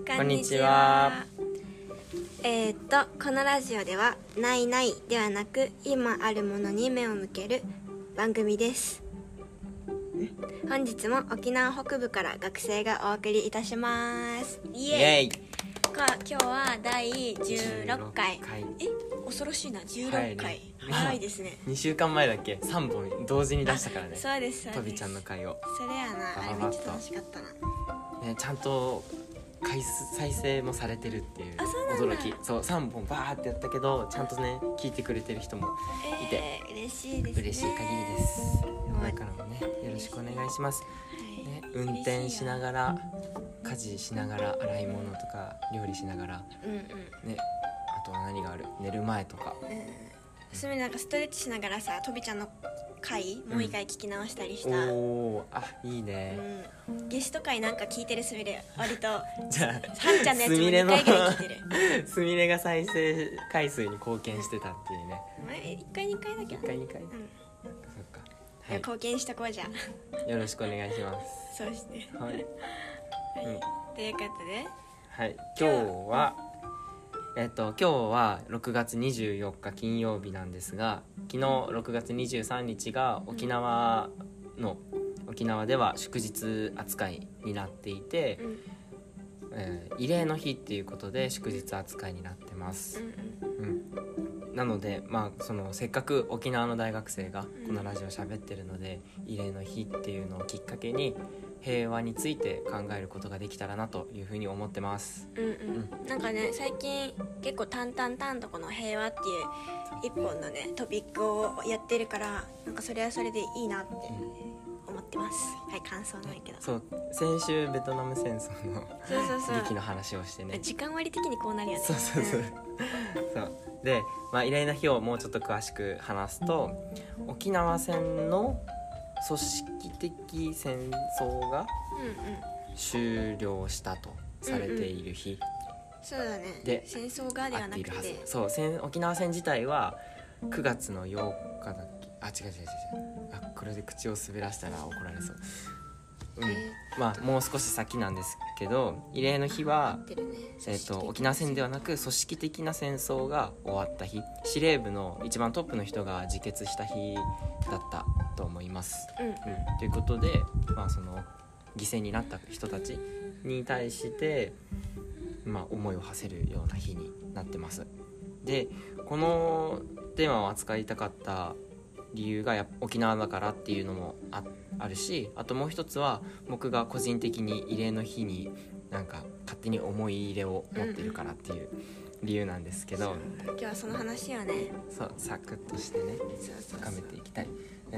こんにちは。このラジオではないないではなく今あるものに目を向ける番組です。本日も沖縄北部から学生がお送りいたします。イエイ。今日は第16回。恐ろしいな、16回、早いですね。 2週間前だっけ、3本同時に出したからね。 そうです、 とびちゃんの回を。 それやな、あれめっちゃ楽しかったな、 ね、ちゃんと再生もされてるっていう驚き。そう、3本バーってやったけどちゃんとね聞いてくれてる人もいて、 嬉しいですね。 嬉しい限りです。これからもねよろしくお願いします、ね、運転しながら、家事しながら、洗い物とか料理しながら、ね、あとは何がある、寝る前とか、 それなんかストレッチしながらさ、とびちゃんの回もう一回聞き直したりした、 おー、あ、いいね、 ゲスト回なんか聞いてるすみれ、割とじゃあはんちゃんのやつも2回ぐらい聞いてる。 すみれが再生回数に貢献してたっていうね。 1回2回だけど、 1回2回、そっか、はい、 貢献した子じゃよろしくお願いします。 そうして、 はい、 ということで、 はい、今日は6月24日金曜日なんですが、昨日6月23日が沖縄では祝日扱いになっていて、慰霊の日っていうことで祝日扱いになってます、なので、せっかく沖縄の大学生がこのラジオ喋ってるので、慰霊の日っていうのをきっかけに平和について考えることができたらなというふうに思ってます。 なんかね、最近結構淡々とこの平和っていう一本のねトピックをやってるから、なんかそれはそれでいいなって思ってます。はい、感想ないけど。 そう、先週ベトナム戦争の劇の話をしてね。 時間割的にこうなるよね。 そうで、慰霊の日をもうちょっと詳しく話すと、沖縄戦の組織的戦争が終了したとされている日、 そうだね。 で戦争がではなくて、 そう、沖縄戦自体は9月の8日だっけ、違う、これで口を滑らしたら怒られそう、もう少し先なんですけど、慰霊の日は、沖縄戦ではなく組織的な戦争が終わった日、司令部の一番トップの人が自決した日だったと思います、ということで、その犠牲になった人たちに対して、思いを馳せるような日になってます。で、このテーマを扱いたかった理由が沖縄だからっていうのもあるし、あともう一つは僕が個人的に慰霊の日になんか勝手に思い入れを持ってるからっていう理由なんですけど、 今日はその話をね、 そうサクッとしてね深めていきたい。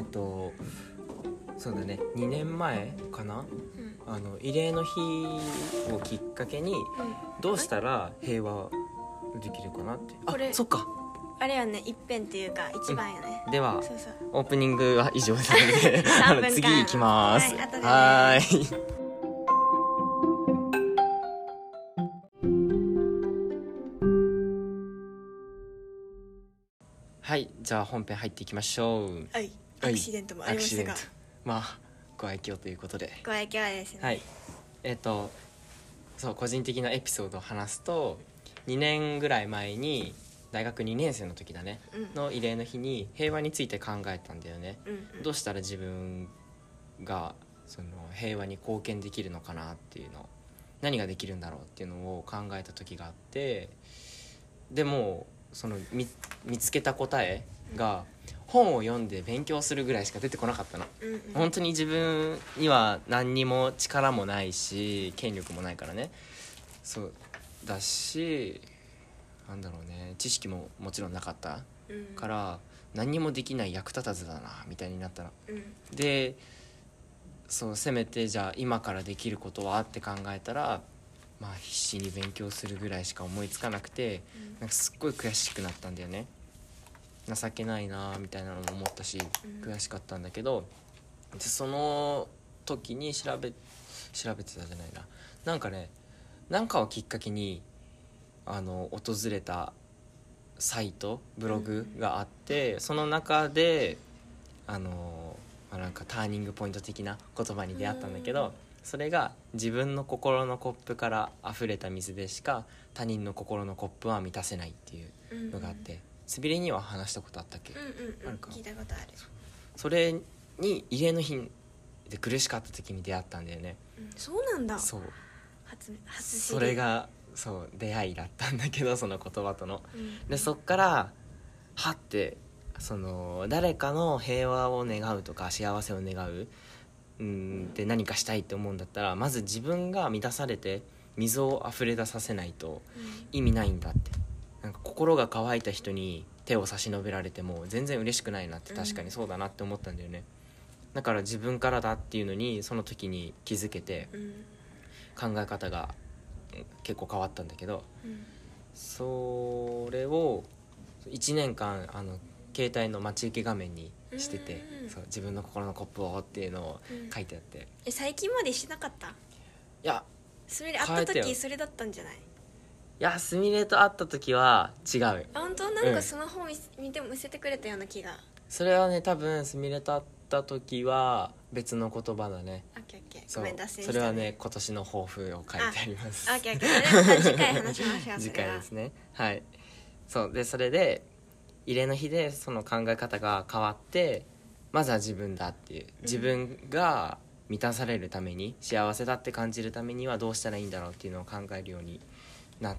そうだね、2年前かな、慰霊の日をきっかけにどうしたら平和できるかなって。 これそっか、 あれはね、一辺っていうか一番よね、 ではそうオープニングは以上なので次行きます。 はい、 はい、じゃあ本編入っていきましょう。 はい、アクシデントもありましたが、 ご愛嬌ということで、 ご愛嬌ですね。 はい、そう、個人的なエピソードを話すと、2年ぐらい前に大学2年生の時だね、の慰霊の日に平和について考えたんだよね、どうしたら自分がその平和に貢献できるのかなっていうの、何ができるんだろうっていうのを考えた時があって、でもその 見つけた答えが本を読んで勉強するぐらいしか出てこなかったの、本当に自分には何にも力もないし権力もないからね、そうだし、なんだろうね、知識ももちろんなかったから、何にもできない役立たずだなみたいになったの、で、そう、せめてじゃあ今からできることはって考えたら、必死に勉強するぐらいしか思いつかなくて、なんかすっごい悔しくなったんだよね。情けないなみたいなのも思ったし、悔しかったんだけど、でその時に調べてたじゃないな、なんかね、なんかをきっかけに訪れたサイト、ブログがあって、その中でなんかターニングポイント的な言葉に出会ったんだけど、 それが自分の心のコップから溢れた水でしか他人の心のコップは満たせないっていうのがあって、すびれには話したことあったっけ？あるか。 聞いたことある。 それに慰霊の日で苦しかった時に出会ったんだよね。 そうなんだ。 そう、 初知り。 それがそう出会いだったんだけど、その言葉との、でそっからはってその誰かの平和を願うとか幸せを願うで何かしたいって思うんだったら、まず自分が満たされて水を溢れ出させないと意味ないんだって。なんか心が乾いた人に手を差し伸べられても全然嬉しくないなって、確かにそうだなって思ったんだよね。だから自分からだっていうのにその時に気づけて、考え方が結構変わったんだけど、それを1年間携帯の待ち受け画面にしてて、そう自分の心のコップをっていうのを書いてあって、 最近までしてなかった？いやすみれ会った時それだったんじゃない？ いやすみれと会った時は違う。 本当？なんかその本見せてくれたような気が。 それはね多分すみれと会った時は別の言葉だね。 オッケーオッケー。 そうごめん脱線した、 それはね今年の抱負を書いてあります。 オッケーオッケー。それまた次回話しましょう。 次回ですね。はい。そうでそれで慰霊の日でその考え方が変わって、まずは自分だっていう、自分が満たされるために幸せだって感じるためにはどうしたらいいんだろうっていうのを考えるようになって、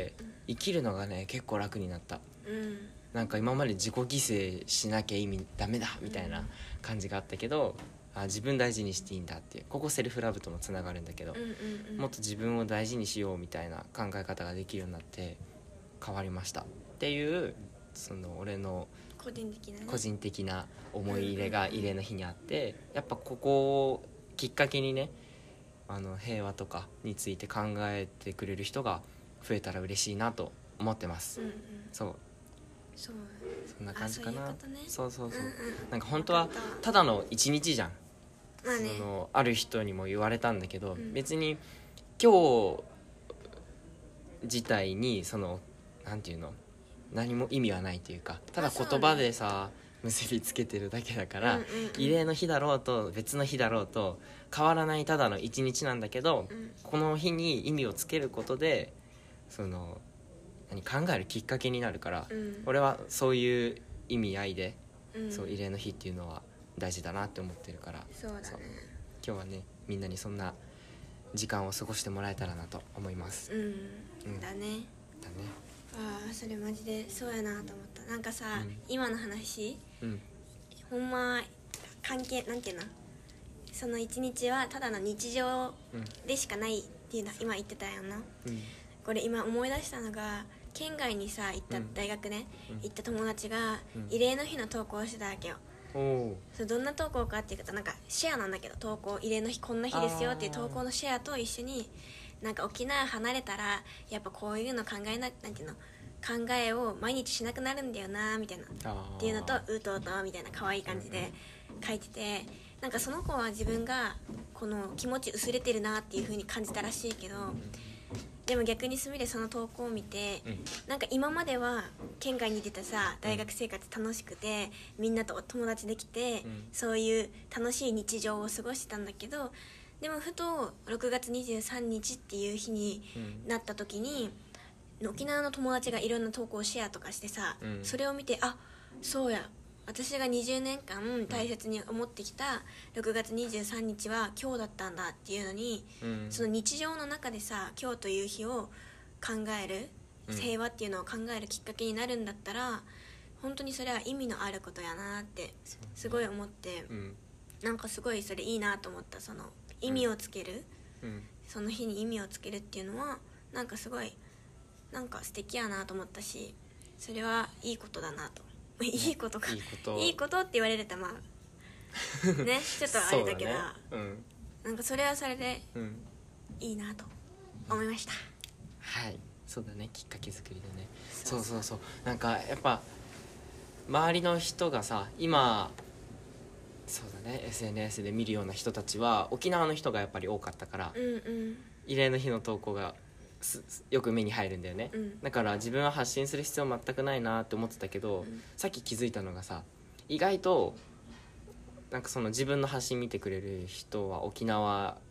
生きるのがね結構楽になった。なんか今まで自己犠牲しなきゃダメだみたいな感じがあったけど、自分大事にしていいんだっていう、ここセルフラブともつながるんだけど、もっと自分を大事にしようみたいな考え方ができるようになって変わりましたっていう、その俺の個人的な思い入れが慰霊の日にあって、やっぱここをきっかけにね平和とかについて考えてくれる人が増えたら嬉しいなと思ってます。そうそんな感じかな。そうそうそう、なんか本当はただの一日じゃん、ある人にも言われたんだけど、別に今日自体にそのなんていうの何も意味はないというか、ただ言葉でさ結びつけてるだけだから、慰霊の日だろうと別の日だろうと変わらないただの一日なんだけど、この日に意味をつけることでその考えるきっかけになるから、俺はそういう意味合いで、そう慰霊の日っていうのは大事だなって思ってるから、 そうだね、 今日はねみんなにそんな時間を過ごしてもらえたらなと思います。 だね。それマジでそうやなと思った。なんかさ、今の話、ほんま関係なんていうの、その一日はただの日常でしかないっていうのは今言ってたやんな。これ今思い出したのが、県外にさ行った大学ね、行った友達が慰霊の日の投稿をしてたわけよ。それどんな投稿かっていうと、なんかシェアなんだけど、投稿慰霊の日こんな日ですよっていう投稿のシェアと一緒に、なんか沖縄離れたらやっぱこういうの考えを毎日しなくなるんだよなみたいなっていうのと、うとうとみたいな可愛い感じで書いてて、なんかその子は自分がこの気持ち薄れてるなっていう風に感じたらしいけど、でも逆にすみれその投稿を見て、なんか今までは県外に出たさ大学生活楽しくて、みんなと友達できて、そういう楽しい日常を過ごしてたんだけど、でもふと6月23日っていう日になった時に、沖縄の友達がいろんな投稿をシェアとかしてさ、それを見て、あ、そうや、私が20年間大切に思ってきた6月23日は今日だったんだっていうのに、その日常の中でさ今日という日を考える、平和っていうのを考えるきっかけになるんだったら、本当にそれは意味のあることやなってすごい思って、なんかすごいそれいいなと思った。その意味をつける、その日に意味をつけるっていうのはなんかすごいなんか素敵やなと思ったし、それはいいことだなと。いいことか、いいことって言われるとまあねちょっとあれだけど、なんかそれはそれでいいなと思いました。 はい、そうだね、きっかけ作りでね。そうそうそう、なんかやっぱ周りの人がさ、今そうだね SNS で見るような人たちは沖縄の人がやっぱり多かったから、慰霊の日の投稿がよく目に入るんだよね、だから自分は発信する必要全くないなって思ってたけど、さっき気づいたのがさ、意外となんかその自分の発信見てくれる人は沖縄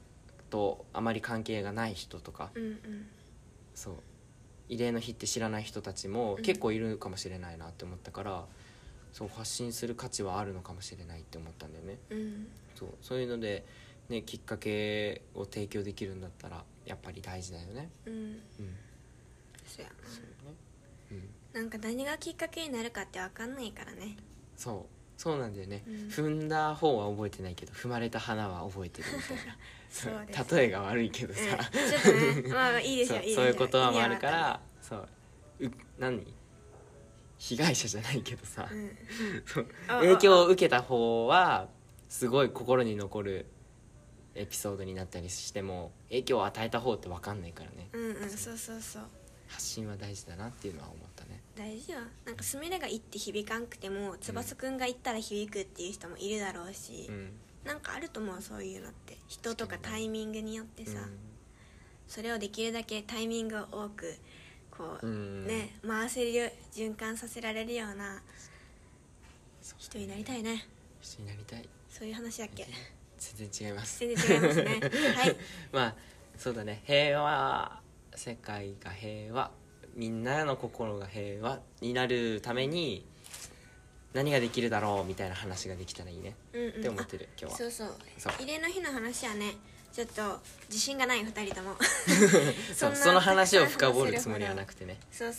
とあまり関係がない人とか、 うんうんそう慰霊の日って知らない人たちも結構いるかもしれないなって思ったから、そう発信する価値はあるのかもしれないって思ったんだよね。 うんそういうので、ね、きっかけを提供できるんだったらやっぱり大事だよね。 うんうんそうやな。 そうね、うん、 なんか何がきっかけになるかって分かんないからね。 そうなんだよね、 うん踏んだ方は覚えてないけど踏まれた花は覚えてるみたいなそうです、 例えが悪いけどさ、 ちょっとねまあいいですよいいですよ。 そういう言葉もあるか意味はら、何被害者じゃないけどさ、 分かる。 そうあ影響を受けた方はすごい心に残るエピソードになったりしても影響を与えた方って分かんないからね、 そうそうそう発信は大事だなっていうのは思ったね。 大事よ。なんかすみれが言って響かんくても翼くんが言ったら響くっていう人もいるだろうし、なんかあると思う、そういうのって人とかタイミングによってさ、それをできるだけタイミングを多くこう、ね回せるよ循環させられるような人になりたいね。 人になりたい。 そういう話だっけ。 全然違います。 全然違いますねはいまあそうだね、平和、世界が平和、みんなの心が平和になるために何ができるだろうみたいな話ができたらいいね、って思ってる今日は。 そう慰霊の日の話はねちょっと自信がない2人ともその話を深掘るつもりはなくてね。 そう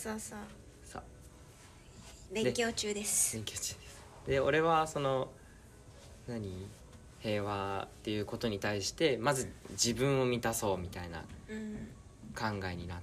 勉強中です。 勉強中です。で俺はその平和っていうことに対してまず自分を満たそうみたいな考えになって、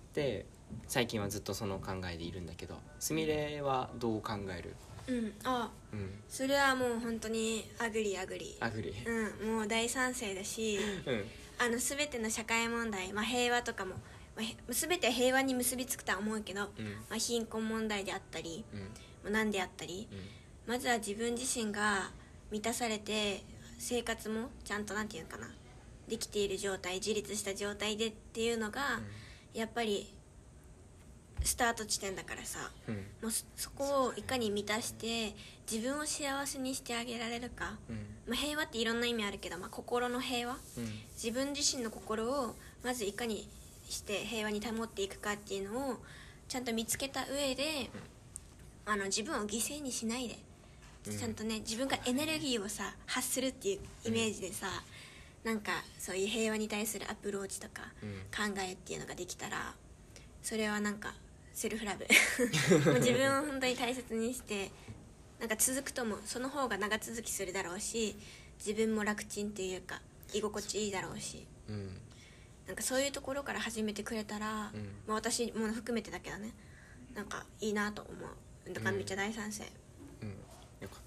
最近はずっとその考えでいるんだけど、すみれはどう考える？ それはもう本当にアグリもう大賛成だし、全ての社会問題、平和とかも、全て平和に結びつくとは思うけど、貧困問題であったり、何であったり、まずは自分自身が満たされて生活もちゃんとなんていうのかな、できている状態、自立した状態でっていうのが、やっぱりスタート地点だからさ、もうそこをいかに満たして自分を幸せにしてあげられるか、平和っていろんな意味あるけど、心の平和、自分自身の心をまずいかにして平和に保っていくかっていうのをちゃんと見つけた上で、自分を犠牲にしないで、ちゃんとね自分がエネルギーをさ発するっていうイメージでさ、なんかそういう平和に対するアプローチとか考えっていうのができたら、それはなんかセルフラブもう自分を本当に大切にしてなんか続くと思う。その方が長続きするだろうし、自分も楽ちんっていうか居心地いいだろうし、なんかそういうところから始めてくれたら、私も含めてだけどね、なんかいいなと思う。だからめっちゃ大賛成。 よかった。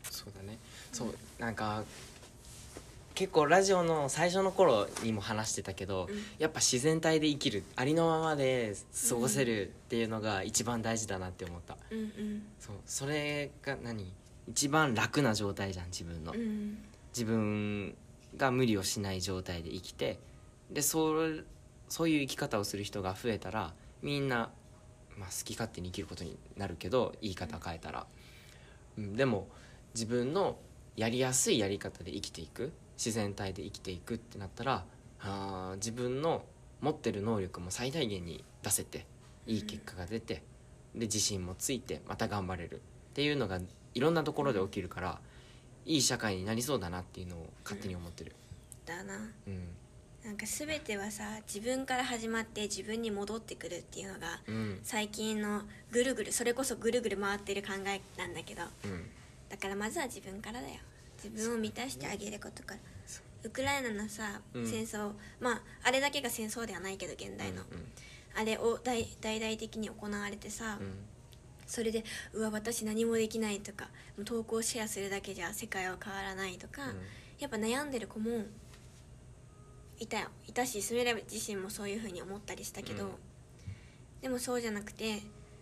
そうだね、なんか結構ラジオの最初の頃にも話してたけど、やっぱ自然体で生きる、ありのままで過ごせるっていうのが一番大事だなって思った。それが一番楽な状態じゃん、自分の、自分が無理をしない状態で生きて、でそういう生き方をする人が増えたらみんな、好き勝手に生きることになるけど、言い方変えたら、でも自分のやりやすいやり方で生きていく、自然体で生きていくってなったら、自分の持ってる能力も最大限に出せて、いい結果が出て、で自信もついてまた頑張れるっていうのがいろんなところで起きるから、いい社会になりそうだなっていうのを勝手に思ってる。 だな。なんか全てはさ自分から始まって自分に戻ってくるっていうのが、最近のそれこそぐるぐる回ってる考えなんだけど、だからまずは自分からだよ。自分を満たしてあげることから。ウクライナのさ、戦争、あれだけが戦争ではないけど現代の、あれを大々的に行われてさ、それで私何もできないとか、投稿シェアするだけじゃ世界は変わらないとか、やっぱ悩んでる子もいたし、すみれ自身もそういう風に思ったりしたけど、でもそうじゃなくて、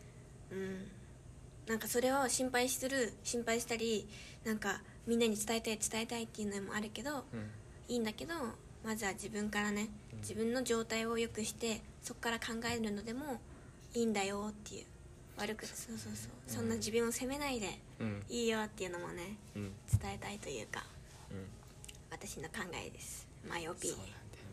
なんかそれを心配したり、なんかみんなに伝えたいっていうのもあるけど、いいんだけど、まずは自分からね、自分の状態を良くしてそこから考えるのでもいいんだよっていう、悪くそんな自分を責めないでいいよっていうのもね、伝えたいというか、私の考えです。マイオピニオン。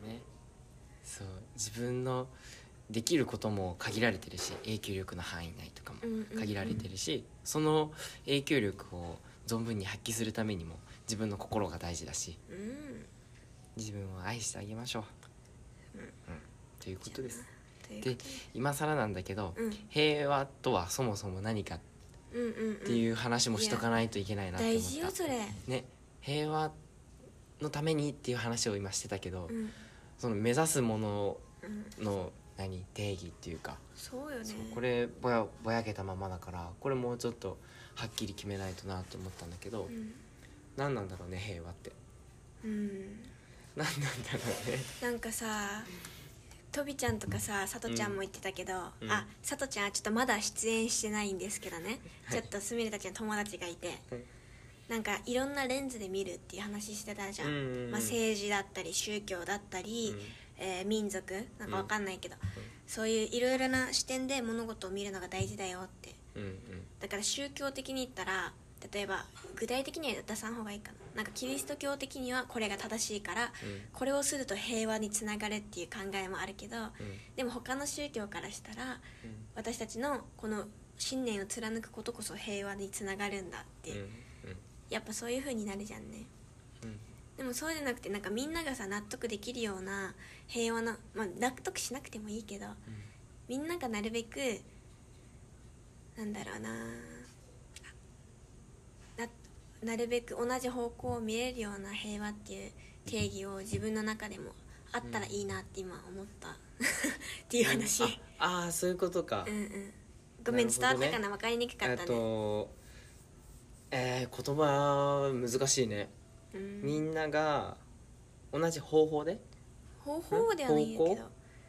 ね。そう、自分のできることも限られてるし、影響力の範囲内とかも限られてるし、その影響力を存分に発揮するためにも自分の心が大事だし、自分を愛してあげましょう、ということです。で、今更なんだけど、平和とはそもそも何かっていう話もしとかないといけないなって思った。 大事よそれね。平和のためにっていう話を今してたけど、その目指すものの定義っていうか、 そうよね。 これぼやけたままだから、これもうちょっとはっきり決めないとなと思ったんだけど、何なんだろうね平和って。何なんだろうね。 なんかさ、とびちゃんとかさ、さとちゃんも言ってたけど、さとちゃんはちょっとまだ出演してないんですけどね、ちょっとすみれたちの友達がいて、なんかいろんなレンズで見るっていう話してたじゃん、政治だったり宗教だったり、民族なんかわかんないけど、そういういろいろな視点で物事を見るのが大事だよって、だから宗教的に言ったら、例えば具体的には出さん方がいいかな、なんかキリスト教的にはこれが正しいから、これをすると平和につながるっていう考えもあるけど、でも他の宗教からしたら、私たちのこの信念を貫くことこそ平和につながるんだって、やっぱそういう風になるじゃんね。でもそうじゃなくて、なんかみんながさ納得できるような平和な、納得しなくてもいいけど、みんながなるべくなんだろうなるべく同じ方向を見れるような平和っていう定義を自分の中でもあったらいいなって今思ったっていう話。 ああ、そういうことか。 ごめん、伝わったかな、分かりにくかったね。 言葉難しいね。みんなが同じ方法ではないけど、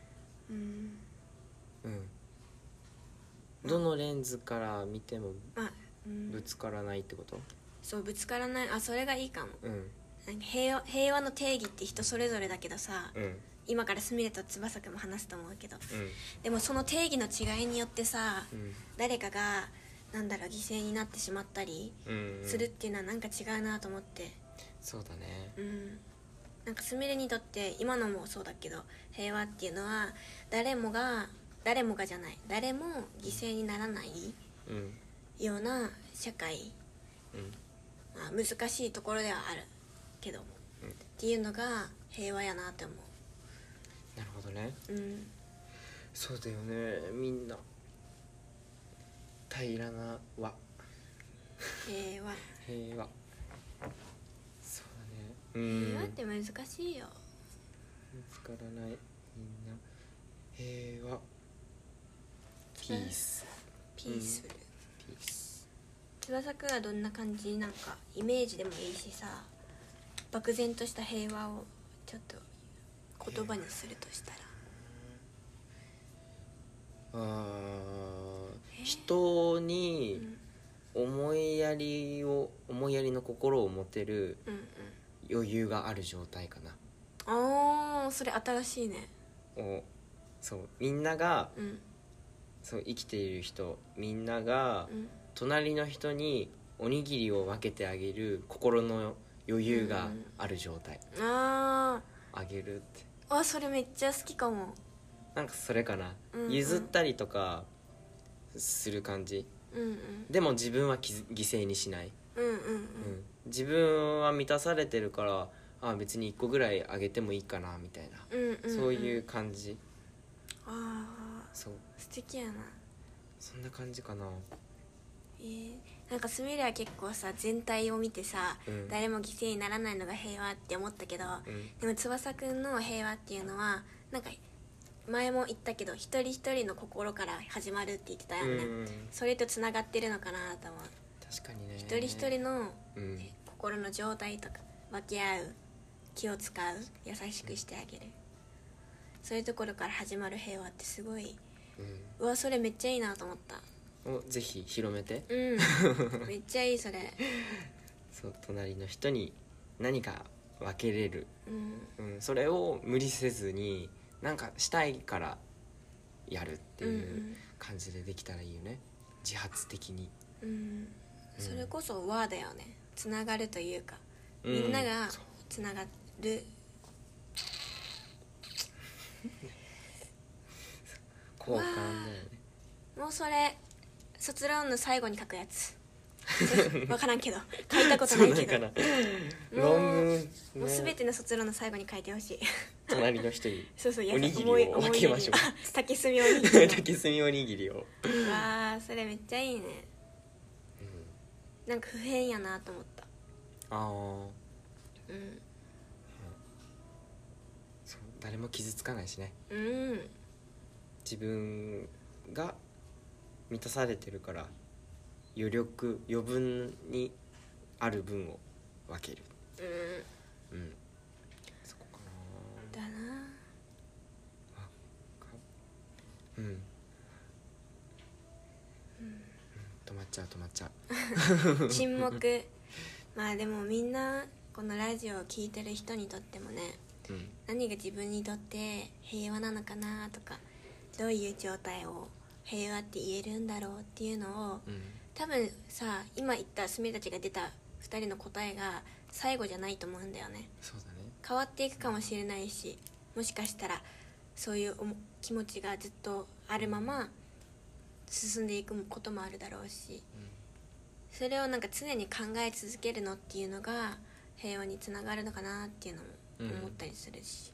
どのレンズから見てもぶつからないってこと？ そう、ぶつからない。それがいいかも。なんか平和の定義って人それぞれだけどさ、今からすみれと翼くんも話すと思うけど、でもその定義の違いによってさ、誰かが犠牲になってしまったりするっていうのはなんか違うなと思って。 そうだね。 なんかすみれにとって今のもそうだけど、平和っていうのは誰もがじゃない、誰も犠牲にならないような社会、難しいところではあるけども、っていうのが平和やなって思う。 なるほどね。そうだよね。みんな平らな和平和そうだね。 平和って難しいよ。 見つからない。みんな平和、ピースフル。 翼くんはどんな感じ？なんかイメージでもいいしさ、漠然とした平和をちょっと言葉にするとしたら、 人に思いやりの心を持てる余裕がある状態かな。 それ新しいね。 そう、みんなが、そう生きている人みんなが、隣の人におにぎりを分けてあげる心の余裕がある状態、あげるって。 それめっちゃ好きかも。 なんかそれかな、譲ったりとかする感じ、でも自分は犠牲にしない、自分は満たされてるから、別に1個ぐらいあげてもいいかなみたいな、そういう感じ。そう素敵やな。 そんな感じかな。 なんかすみれは結構さ、全体を見てさ、誰も犠牲にならないのが平和って思ったけど、でも翼くんの平和っていうのはなんか前も言ったけど、一人一人の心から始まるって言ってたよね、それとつながってるのかなと思う。 確かにね。 一人一人の、心の状態とか分け合う、気を使う、優しくしてあげる、そういうところから始まる平和ってすごい、それめっちゃいいなと思った。 ぜひ広めて。 めっちゃいいそれ。 そう、隣の人に何か分けれる、それを無理せずになんかしたいからやるっていう感じでできたらいいよね、自発的に。それこそ和だよね、つながるというか、みんながつながる交換だよね。 もうそれ卒論の最後に書くやつ分からんけど書いたことないけどそう論文、ね、 もう全ての卒論の最後に書いてほしい隣の人にそうそうおにぎりを分けましょう竹炭おにぎり竹炭おにぎりをわあそれめっちゃいいね、なんか不変やなと思った。 ああうんそう誰も傷つかないしね、 うん自分が満たされてるから余分にある分を分ける。うんそこかなだな。 うん止まっちゃう沈黙まあでもみんなこのラジオを聞いてる人にとってもね、何が自分にとって平和なのかなとか、どういう状態を平和って言えるんだろうっていうのを、多分さ今言ったすみれたちが出た2人の答えが最後じゃないと思うんだよね。 そうだね。 変わっていくかもしれないし、もしかしたらそういう気持ちがずっとあるまま進んでいくこともあるだろうし、それをなんか常に考え続けるのっていうのが平和につながるのかなっていうのも思ったりするし、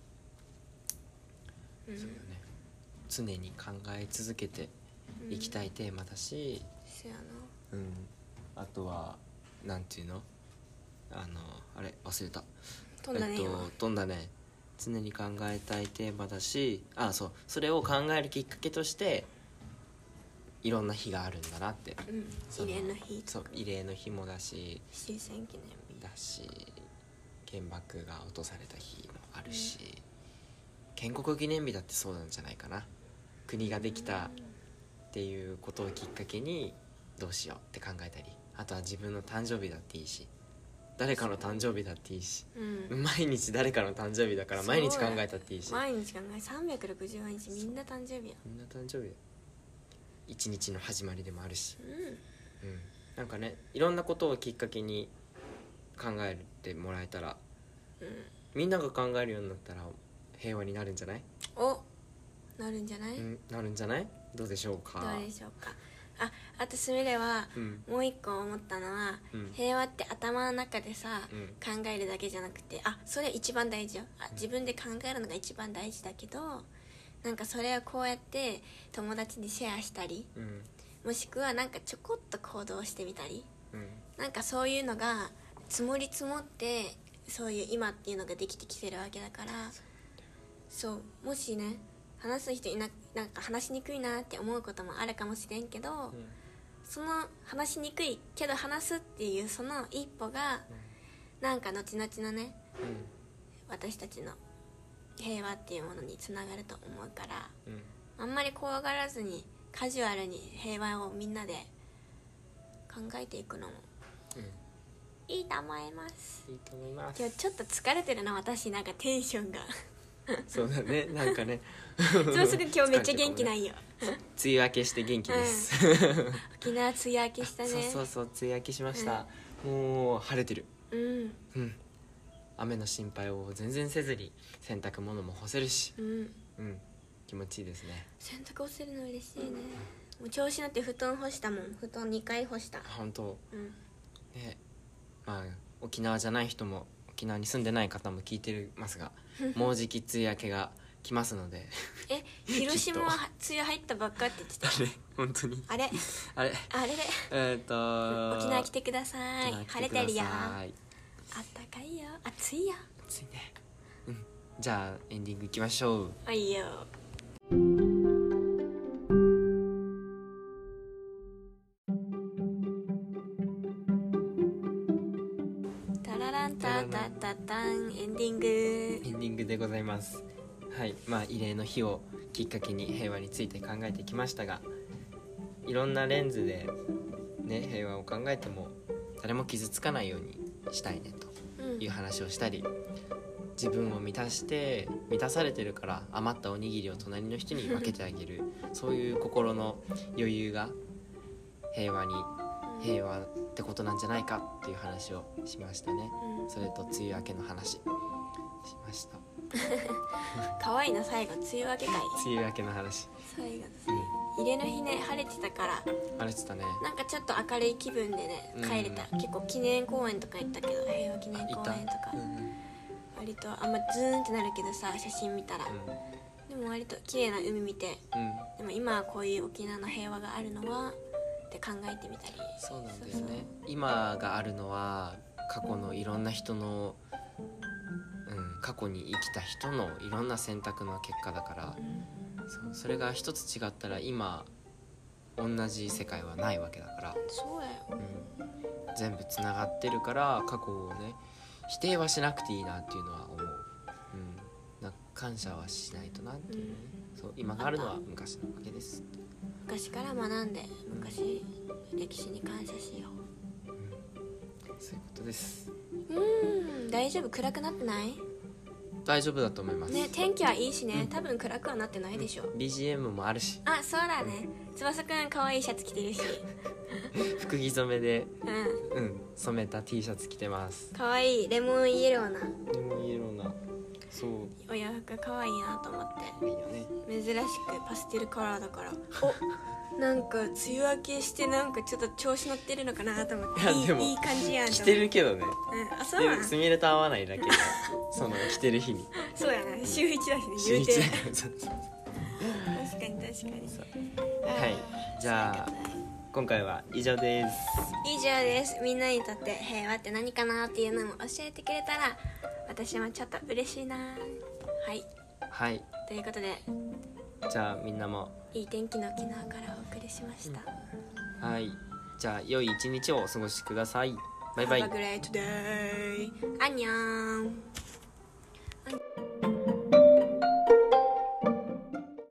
そうだね、常に考え続けていきたいテーマだし、 そうやな。 あとはなんていうの、あれ忘れた、 飛んだね、 飛んだね。常に考えたいテーマだし、そう、それを考えるきっかけとしていろんな日があるんだなって、 慰霊の日とか、 そう慰霊の日もだし、 終戦記念日だし、原爆が落とされた日もあるし、建国記念日だってそうなんじゃないかな。国ができたっていうことをきっかけにどうしようって考えたり、あとは自分の誕生日だっていいし、誰かの誕生日だっていいし、毎日誰かの誕生日だから毎日考えたっていいし、 毎日考え365日みんな誕生日や、 みんな誕生日一日の始まりでもあるし、なんかね、いろんなことをきっかけに考えてもらえたら、みんなが考えるようになったら平和になるんじゃない？ なるんじゃない？ なるんじゃない？どうでしょうか？ どうでしょうか。あとすみれは、もう一個思ったのは、平和って頭の中でさ、考えるだけじゃなくて、それ一番大事よ。自分で考えるのが一番大事だけど、なんかそれをこうやって友達にシェアしたり、もしくはなんかちょこっと行動してみたり、なんかそういうのが積もり積もってそういう今っていうのができてきてるわけだから、そうもしね話す人なんか話しにくいなって思うこともあるかもしれんけど、その話しにくいけど話すっていうその一歩が、なんか後々のね、私たちの平和っていうものにつながると思うから、あんまり怖がらずにカジュアルに平和をみんなで考えていくのもいいと思います。 いいと思います。 今日ちょっと疲れてるな、私なんかテンションがそうだね、なんかねそうすぐ今日めっちゃ元気ないよ梅雨明けして元気です、 沖縄梅雨明けしたね。 そう梅雨明けしました、もう晴れてる。雨の心配を全然せずに洗濯物も干せるし、気持ちいいですね。 洗濯干せるの嬉しいね。もう調子乗って布団干したもん。布団2回干した。 本当、ね、沖縄じゃない人も沖縄に住んでない方も聞いてますがもうじき梅雨明けが来ますので広島は梅雨入ったばっかって言ってた。 あれ本当にあれ沖縄来てください。晴れてるよ。あったかいよ。暑いよ。 暑いね。じゃあエンディングいきましょう。 いいよ。タラランタタタタン、エンディングでございます。はい、慰霊の日をきっかけに平和について考えてきましたが、いろんなレンズでね平和を考えても誰も傷つかないようにしたいねという話をしたり、自分を満たされてるから余ったおにぎりを隣の人に分けてあげるそういう心の余裕が平和ってことなんじゃないかっていう話をしましたね。それと梅雨明けの話しました。 可愛いな。最後梅雨明けかい。 梅雨明けの話。 最後慰霊の日ね、晴れてたから晴れてたね。 なんかちょっと明るい気分でね帰れた、結構記念公園とか行ったけど、平和記念公園とか、割とあんまズーンってなるけどさ、写真見たら、でも割と綺麗な海見て、でも今はこういう沖縄の平和があるのはって考えてみたり。 そうなんだよね。今があるのは過去のいろんな人の、過去に生きた人のいろんな選択の結果だから、それが一つ違ったら今同じ世界はないわけだから。 そうだよ、 全部つながってるから過去をね否定はしなくていいなっていうのは思う。感謝はしないとなっていうね、そう今があるのは昔のおかげです。 昔から学んで昔、歴史に感謝しよう、そういうことです。 大丈夫？暗くなってない？ 大丈夫だと思いますね。天気はいいしね、多分暗くはなってないでしょ。 BGM もあるし。 あ、そうだね。翼くん可愛いシャツ着てるし服着染めで染めた T シャツ着てます。 可愛いレモンイエローな。 レモンイエローな。そう、 お洋服可愛いなと思って。 いいよね。 珍しくパステルカラーだから。お、なんか梅雨明けしてなんかちょっと調子乗ってるのかなと思って。いい感じやん。 着てるけどね。 あ、そうなの。 すみれと合わないだけでその着てる日に。 そうやな、週1だしね、言うて。確かに確かに。 はい、じゃあ今回は以上です。 以上です。みんなにとって平和って何かなっていうのも教えてくれたら私もちょっと嬉しいな。はい、ということで、 じゃあみんなもいい天気の沖縄からお送りしました。 はい、じゃあ良い一日をお過ごしください。バイバイ。 Have a great day. アンニョン。